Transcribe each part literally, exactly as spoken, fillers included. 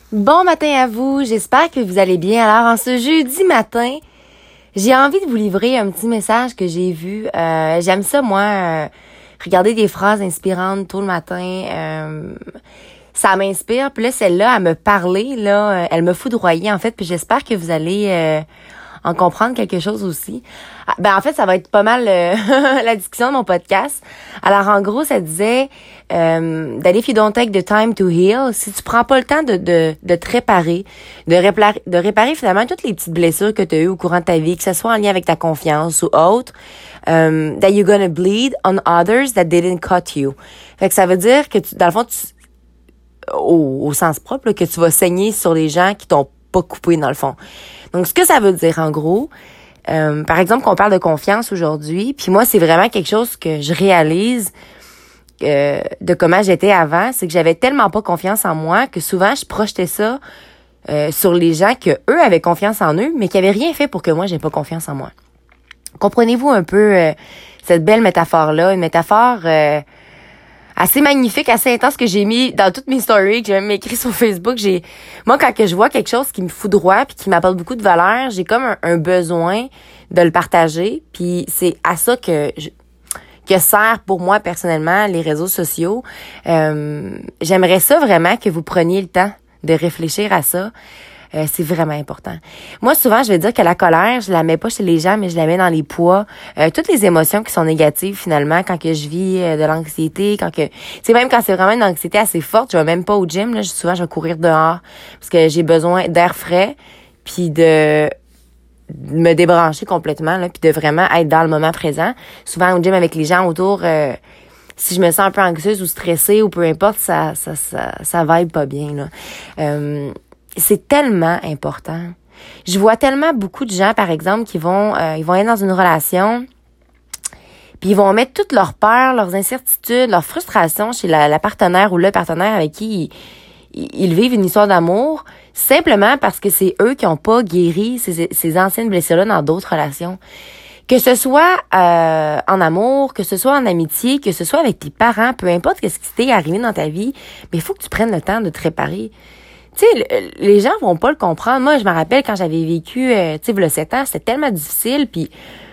Bon matin à vous, j'espère que vous allez bien. Alors, en ce jeudi matin, j'ai envie de vous livrer un petit message que j'ai vu. Euh, j'aime ça, moi, euh, regarder des phrases inspirantes tôt le matin. Euh, ça m'inspire. Puis là, celle-là, elle me parlait, là, elle me foudroyait, en fait. Puis j'espère que vous allez euh, en comprendre quelque chose aussi. Ben, en fait, ça va être pas mal euh, la discussion de mon podcast. Alors, en gros, ça disait euh, that if you don't take the time to heal, si tu prends pas le temps de de, de te réparer, de réparer, de réparer finalement toutes les petites blessures que tu as eues au courant de ta vie, que ce soit en lien avec ta confiance ou autre, um, that you're gonna bleed on others that didn't cut you. Fait que ça veut dire que tu, dans le fond, tu, au, au sens propre, là, que tu vas saigner sur les gens qui t'ont pas coupé dans le fond. Donc, ce que ça veut dire, en gros, euh, par exemple, qu'on parle de confiance aujourd'hui, puis moi, c'est vraiment quelque chose que je réalise euh, de comment j'étais avant, c'est que j'avais tellement pas confiance en moi que souvent, je projetais ça euh, sur les gens que eux avaient confiance en eux, mais qui avaient rien fait pour que moi, j'aie pas confiance en moi. Comprenez-vous un peu euh, cette belle métaphore-là, une métaphore euh, assez magnifique, assez intense que j'ai mis dans toutes mes stories, que j'ai même écrit sur Facebook. J'ai, moi, quand que je vois quelque chose qui me foudroie puis qui m'apporte beaucoup de valeur, j'ai comme un, un besoin de le partager. Puis c'est à ça que je, que sert pour moi personnellement les réseaux sociaux. Euh, j'aimerais ça vraiment que vous preniez le temps de réfléchir à ça. Euh, c'est vraiment important. Moi, souvent, je vais dire que la colère, je la mets pas chez les gens, mais je la mets dans les poids. Euh, toutes les émotions qui sont négatives, finalement, quand que je vis euh, de l'anxiété, quand que... C'est même quand c'est vraiment une anxiété assez forte, je vais même pas au gym, là. Souvent, je vais courir dehors parce que j'ai besoin d'air frais, puis de me débrancher complètement, là, puis de vraiment être dans le moment présent. Souvent, au gym, avec les gens autour... Euh, si je me sens un peu anxieuse ou stressée ou peu importe, ça ça ça, ça vibe pas bien, là. Euh, c'est tellement important. Je vois tellement beaucoup de gens, par exemple, qui vont euh, ils vont être dans une relation, puis ils vont mettre toutes leurs peurs, leurs incertitudes, leurs frustrations chez la, la partenaire ou le partenaire avec qui ils, ils vivent une histoire d'amour, simplement parce que c'est eux qui ont pas guéri ces, ces anciennes blessures-là dans d'autres relations. Que ce soit euh, en amour, que ce soit en amitié, que ce soit avec tes parents, peu importe ce qui t'est arrivé dans ta vie, mais il faut que tu prennes le temps de te réparer. Tu sais, les gens vont pas le comprendre. Moi, je me rappelle quand j'avais vécu, euh, tu sais, le sept ans, c'était tellement difficile, puis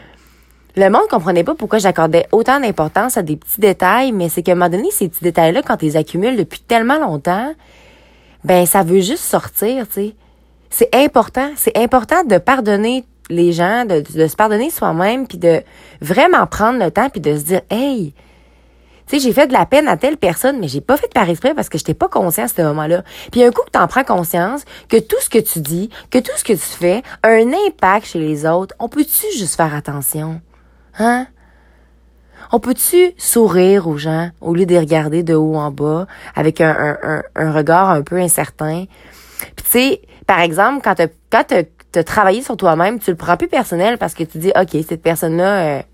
le monde comprenait pas pourquoi j'accordais autant d'importance à des petits détails, mais c'est qu'à un moment donné, ces petits détails-là, quand tu les accumules depuis tellement longtemps, ben ça veut juste sortir, tu sais. C'est important, c'est important de pardonner les gens, de, de se pardonner soi-même, puis de vraiment prendre le temps, puis de se dire, hey, tu sais, j'ai fait de la peine à telle personne, mais j'ai pas fait par esprit parce que j'étais pas conscient à ce moment-là. Puis un coup que t'en prends conscience, que tout ce que tu dis, que tout ce que tu fais a un impact chez les autres, on peut-tu juste faire attention? Hein? On peut-tu sourire aux gens au lieu de les regarder de haut en bas avec un, un, un, un regard un peu incertain? Puis tu sais, par exemple, quand t'as, quand t'as, t'as travaillé sur toi-même, tu le prends plus personnel parce que tu dis, OK, cette personne-là... Euh,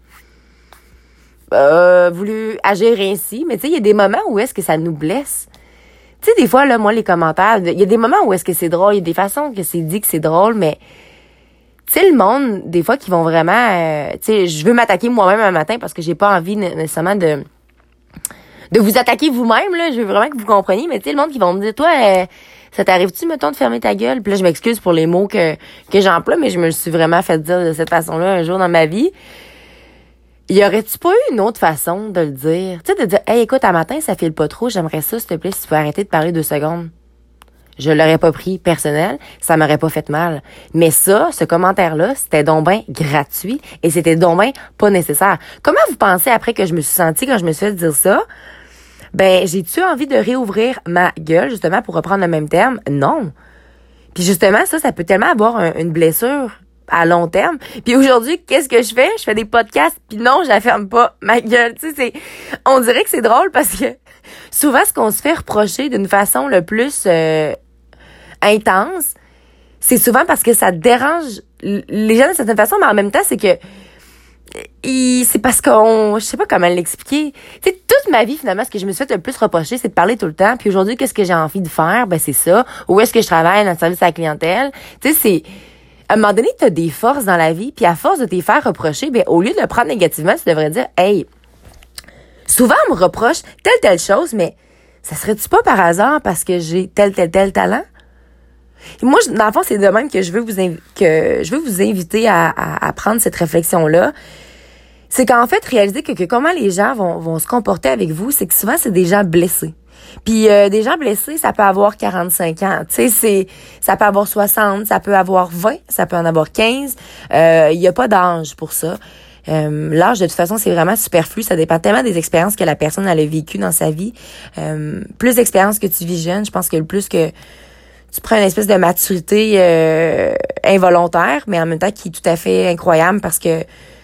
Euh, voulu agir ainsi, mais tu sais, il y a des moments où est-ce que ça nous blesse. Tu sais, des fois, là, moi, les commentaires, il y a des moments où est-ce que c'est drôle, il y a des façons que c'est dit que c'est drôle, mais tu sais, le monde, des fois, qui vont vraiment, euh, tu sais, je veux m'attaquer moi-même un matin parce que j'ai pas envie nécessairement de de vous attaquer vous-même, là, je veux vraiment que vous compreniez, mais tu sais, le monde qui vont me dire, toi, euh, ça t'arrive-tu, mettons, de fermer ta gueule? Puis là, je m'excuse pour les mots que que j'emploie, mais je me suis vraiment fait dire de cette façon-là un jour dans ma vie. Y aurait-tu pas eu une autre façon de le dire? Tu sais, de dire, hey, écoute, à matin, ça file pas trop, j'aimerais ça, s'il te plaît, si tu peux arrêter de parler deux secondes. Je l'aurais pas pris personnel, ça m'aurait pas fait mal. Mais ça, ce commentaire-là, c'était donc ben gratuit et c'était donc ben pas nécessaire. Comment vous pensez après que je me suis sentie quand je me suis fait dire ça? Ben, j'ai-tu envie de réouvrir ma gueule, justement, pour reprendre le même terme? Non. Puis justement, ça, ça peut tellement avoir un, une blessure à long terme. Puis aujourd'hui, qu'est-ce que je fais? Je fais des podcasts, puis non, je la ferme pas, ma gueule. Tu sais, c'est, on dirait que c'est drôle parce que souvent, ce qu'on se fait reprocher d'une façon le plus euh, intense, c'est souvent parce que ça dérange les gens d'une certaine façon, mais en même temps, c'est que il, c'est parce qu'on, je sais pas comment l'expliquer. Tu sais, toute ma vie, finalement, ce que je me suis fait le plus reprocher, c'est de parler tout le temps. Puis aujourd'hui, qu'est-ce que j'ai envie de faire? Ben, c'est ça. Où est-ce que je travaille dans le service à la clientèle? Tu sais, c'est... À un moment donné, tu as des forces dans la vie, puis à force de t'y faire reprocher, ben au lieu de le prendre négativement, tu devrais dire, hey, souvent on me reproche telle, telle chose, mais ça serait-tu pas par hasard parce que j'ai tel, tel, tel talent? Et moi, dans le fond, c'est de même que je veux vous inv- que je veux vous inviter à, à, à prendre cette réflexion-là. C'est qu'en fait, réaliser que, que comment les gens vont, vont se comporter avec vous, c'est que souvent, c'est des gens blessés. Puis euh, des gens blessés, ça peut avoir quarante-cinq ans. Tu sais, c'est ça peut avoir soixante, ça peut avoir vingt, ça peut en avoir quinze. Il euh, y a pas d'âge pour ça. Euh, l'âge, de toute façon, c'est vraiment superflu. Ça dépend tellement des expériences que la personne elle a vécues dans sa vie. Euh, plus d'expériences que tu vis jeune, je pense que le plus que tu prends une espèce de maturité euh, involontaire, mais en même temps qui est tout à fait incroyable parce que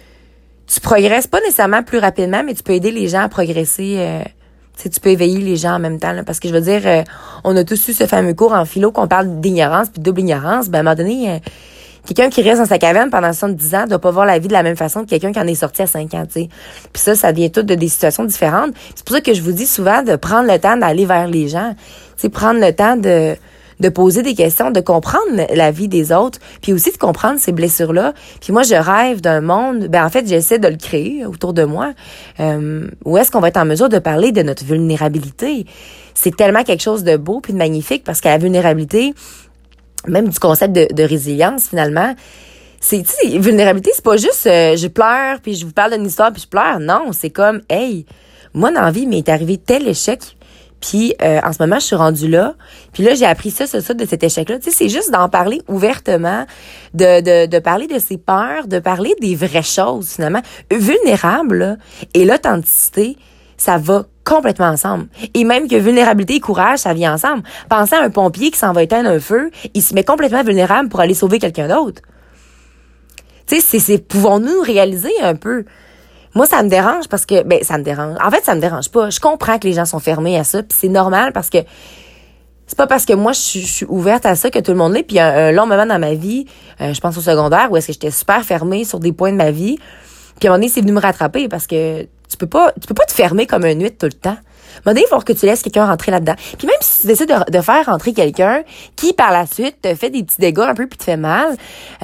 tu progresses pas nécessairement plus rapidement, mais tu peux aider les gens à progresser. Euh, tu sais, tu peux éveiller les gens en même temps. Là, parce que je veux dire, euh, on a tous eu ce fameux cours en philo qu'on parle d'ignorance puis de double ignorance. Ben, à un moment donné, euh, quelqu'un qui reste dans sa caverne pendant soixante-dix ans doit pas voir la vie de la même façon que quelqu'un qui en est sorti à cinq ans, tu sais. Puis ça, ça vient tout de des situations différentes. C'est pour ça que je vous dis souvent de prendre le temps d'aller vers les gens. Tu sais, prendre le temps de de poser des questions, de comprendre la vie des autres, puis aussi de comprendre ces blessures-là. Puis moi, je rêve d'un monde, ben en fait, j'essaie de le créer autour de moi, euh, où est-ce qu'on va être en mesure de parler de notre vulnérabilité. C'est tellement quelque chose de beau puis de magnifique, parce que la vulnérabilité, même du concept de, de résilience, finalement, c'est, tu sais, vulnérabilité, c'est pas juste euh, je pleure, puis je vous parle d'une histoire, puis je pleure. Non, c'est comme, hey, moi, dans la vie, il m'est arrivé tel échec, puis euh, en ce moment, je suis rendue là. Puis là, j'ai appris ça, ça, ça de cet échec-là. Tu sais, c'est juste d'en parler ouvertement, de, de, de parler de ses peurs, de parler des vraies choses, finalement. Vulnérable, là, et l'authenticité, ça va complètement ensemble. Et même que vulnérabilité et courage, ça vient ensemble. Pensez à un pompier qui s'en va éteindre un feu, il se met complètement vulnérable pour aller sauver quelqu'un d'autre. Tu sais, c'est, c'est, pouvons-nous réaliser un peu? Moi, ça me dérange parce que, ben, ça me dérange. En fait, ça me dérange pas. Je comprends que les gens sont fermés à ça, puis c'est normal parce que c'est pas parce que moi, je suis, je suis ouverte à ça que tout le monde l'est. Puis un, un long moment dans ma vie, euh, je pense au secondaire, où est-ce que j'étais super fermée sur des points de ma vie. Puis à un moment donné, c'est venu me rattraper parce que tu peux pas, tu peux pas te fermer comme un huit tout le temps. À un moment donné, il faut que tu laisses quelqu'un rentrer là-dedans. Puis même si tu décides de, de faire rentrer quelqu'un qui, par la suite, te fait des petits dégâts un peu puis te fait mal,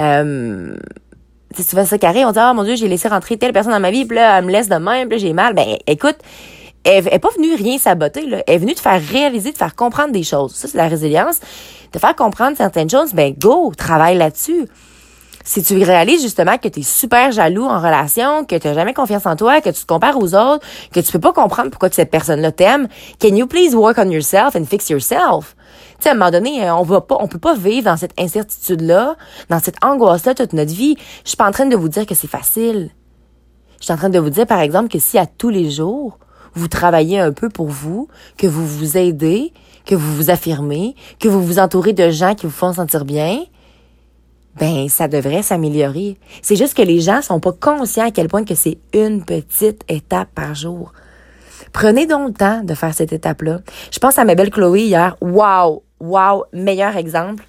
euh, si tu fais ça carré, on dit, oh mon Dieu, j'ai laissé rentrer telle personne dans ma vie, puis là, elle me laisse de même, puis là, j'ai mal. Ben, écoute, elle est pas venue rien saboter, là. Elle est venue te faire réaliser, te faire comprendre des choses. Ça, c'est la résilience. Te faire comprendre certaines choses, ben, go, travaille là-dessus. Si tu réalises justement que t'es super jaloux en relation, que t'as jamais confiance en toi, que tu te compares aux autres, que tu peux pas comprendre pourquoi cette personne-là t'aime, can you please work on yourself and fix yourself? Tu sais, à un moment donné, on va pas, on peut pas vivre dans cette incertitude-là, dans cette angoisse-là toute notre vie. Je suis pas en train de vous dire que c'est facile. Je suis en train de vous dire, par exemple, que si à tous les jours, vous travaillez un peu pour vous, que vous vous aidez, que vous vous affirmez, que vous vous entourez de gens qui vous font sentir bien, ben, ça devrait s'améliorer. C'est juste que les gens sont pas conscients à quel point que c'est une petite étape par jour. Prenez donc le temps de faire cette étape-là. Je pense à ma belle Chloé hier. Wow! Wow! Meilleur exemple.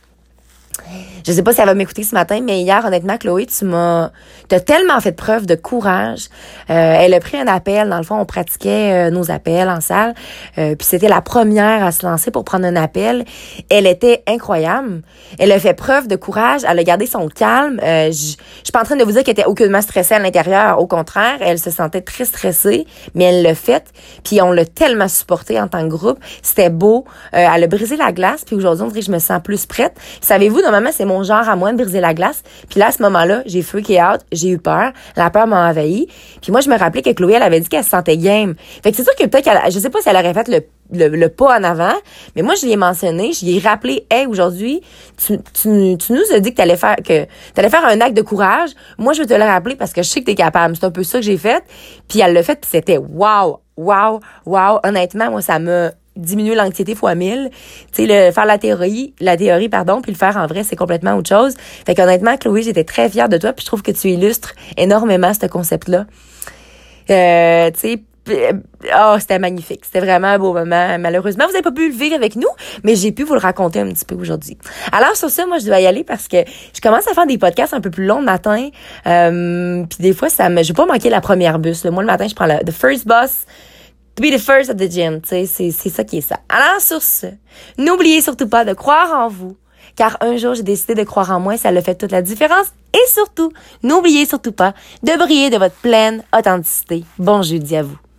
Je sais pas si elle va m'écouter ce matin, mais hier, honnêtement, Chloé, tu m'as, t'as tellement fait preuve de courage. Euh, elle a pris un appel. Dans le fond, on pratiquait euh, nos appels en salle. Euh, puis c'était la première à se lancer pour prendre un appel. Elle était incroyable. Elle a fait preuve de courage. Elle a gardé son calme. Euh, je, je suis pas en train de vous dire qu'elle était aucunement stressée à l'intérieur. Au contraire, elle se sentait très stressée, mais elle l'a fait. Puis on l'a tellement supportée en tant que groupe. C'était beau. Euh, elle a brisé la glace. Puis aujourd'hui, on dirait que je me sens plus prête. Savez-vous, normalement, c'est mon genre à moi de briser la glace. Puis là, à ce moment-là, j'ai freaké out, j'ai eu peur. La peur m'a envahi. Puis moi, je me rappelais que Chloé, elle avait dit qu'elle se sentait game. Fait que c'est sûr que peut-être qu'elle, je sais pas si elle aurait fait le, le, le pas en avant, mais moi, je l'ai mentionné, je lui ai rappelé, hey, aujourd'hui, tu, tu, tu nous as dit que t'allais faire, que t'allais faire un acte de courage. Moi, je veux te le rappeler parce que je sais que t'es capable. C'est un peu ça que j'ai fait. Puis elle l'a fait, puis c'était wow, wow, wow. Honnêtement, moi, ça m'a diminuer l'anxiété fois mille. Tu sais, le faire la théorie, la théorie, pardon, puis le faire en vrai, c'est complètement autre chose. Fait qu'honnêtement, Chloé, j'étais très fière de toi, puis je trouve que tu illustres énormément ce concept-là. Euh, tu sais, oh, c'était magnifique. C'était vraiment un beau moment. Malheureusement, vous n'avez pas pu le vivre avec nous, mais j'ai pu vous le raconter un petit peu aujourd'hui. Alors, sur ça, moi, je dois y aller parce que je commence à faire des podcasts un peu plus longs le matin. Euh, puis des fois, ça me, je vais pas manquer la première bus. Là. Moi, le matin, je prends le the first bus to be the first at the gym, tu sais, c'est, c'est ça qui est ça. Alors, sur ce, n'oubliez surtout pas de croire en vous, car un jour, j'ai décidé de croire en moi et ça a fait toute la différence. Et surtout, n'oubliez surtout pas de briller de votre pleine authenticité. Bon jeudi à vous.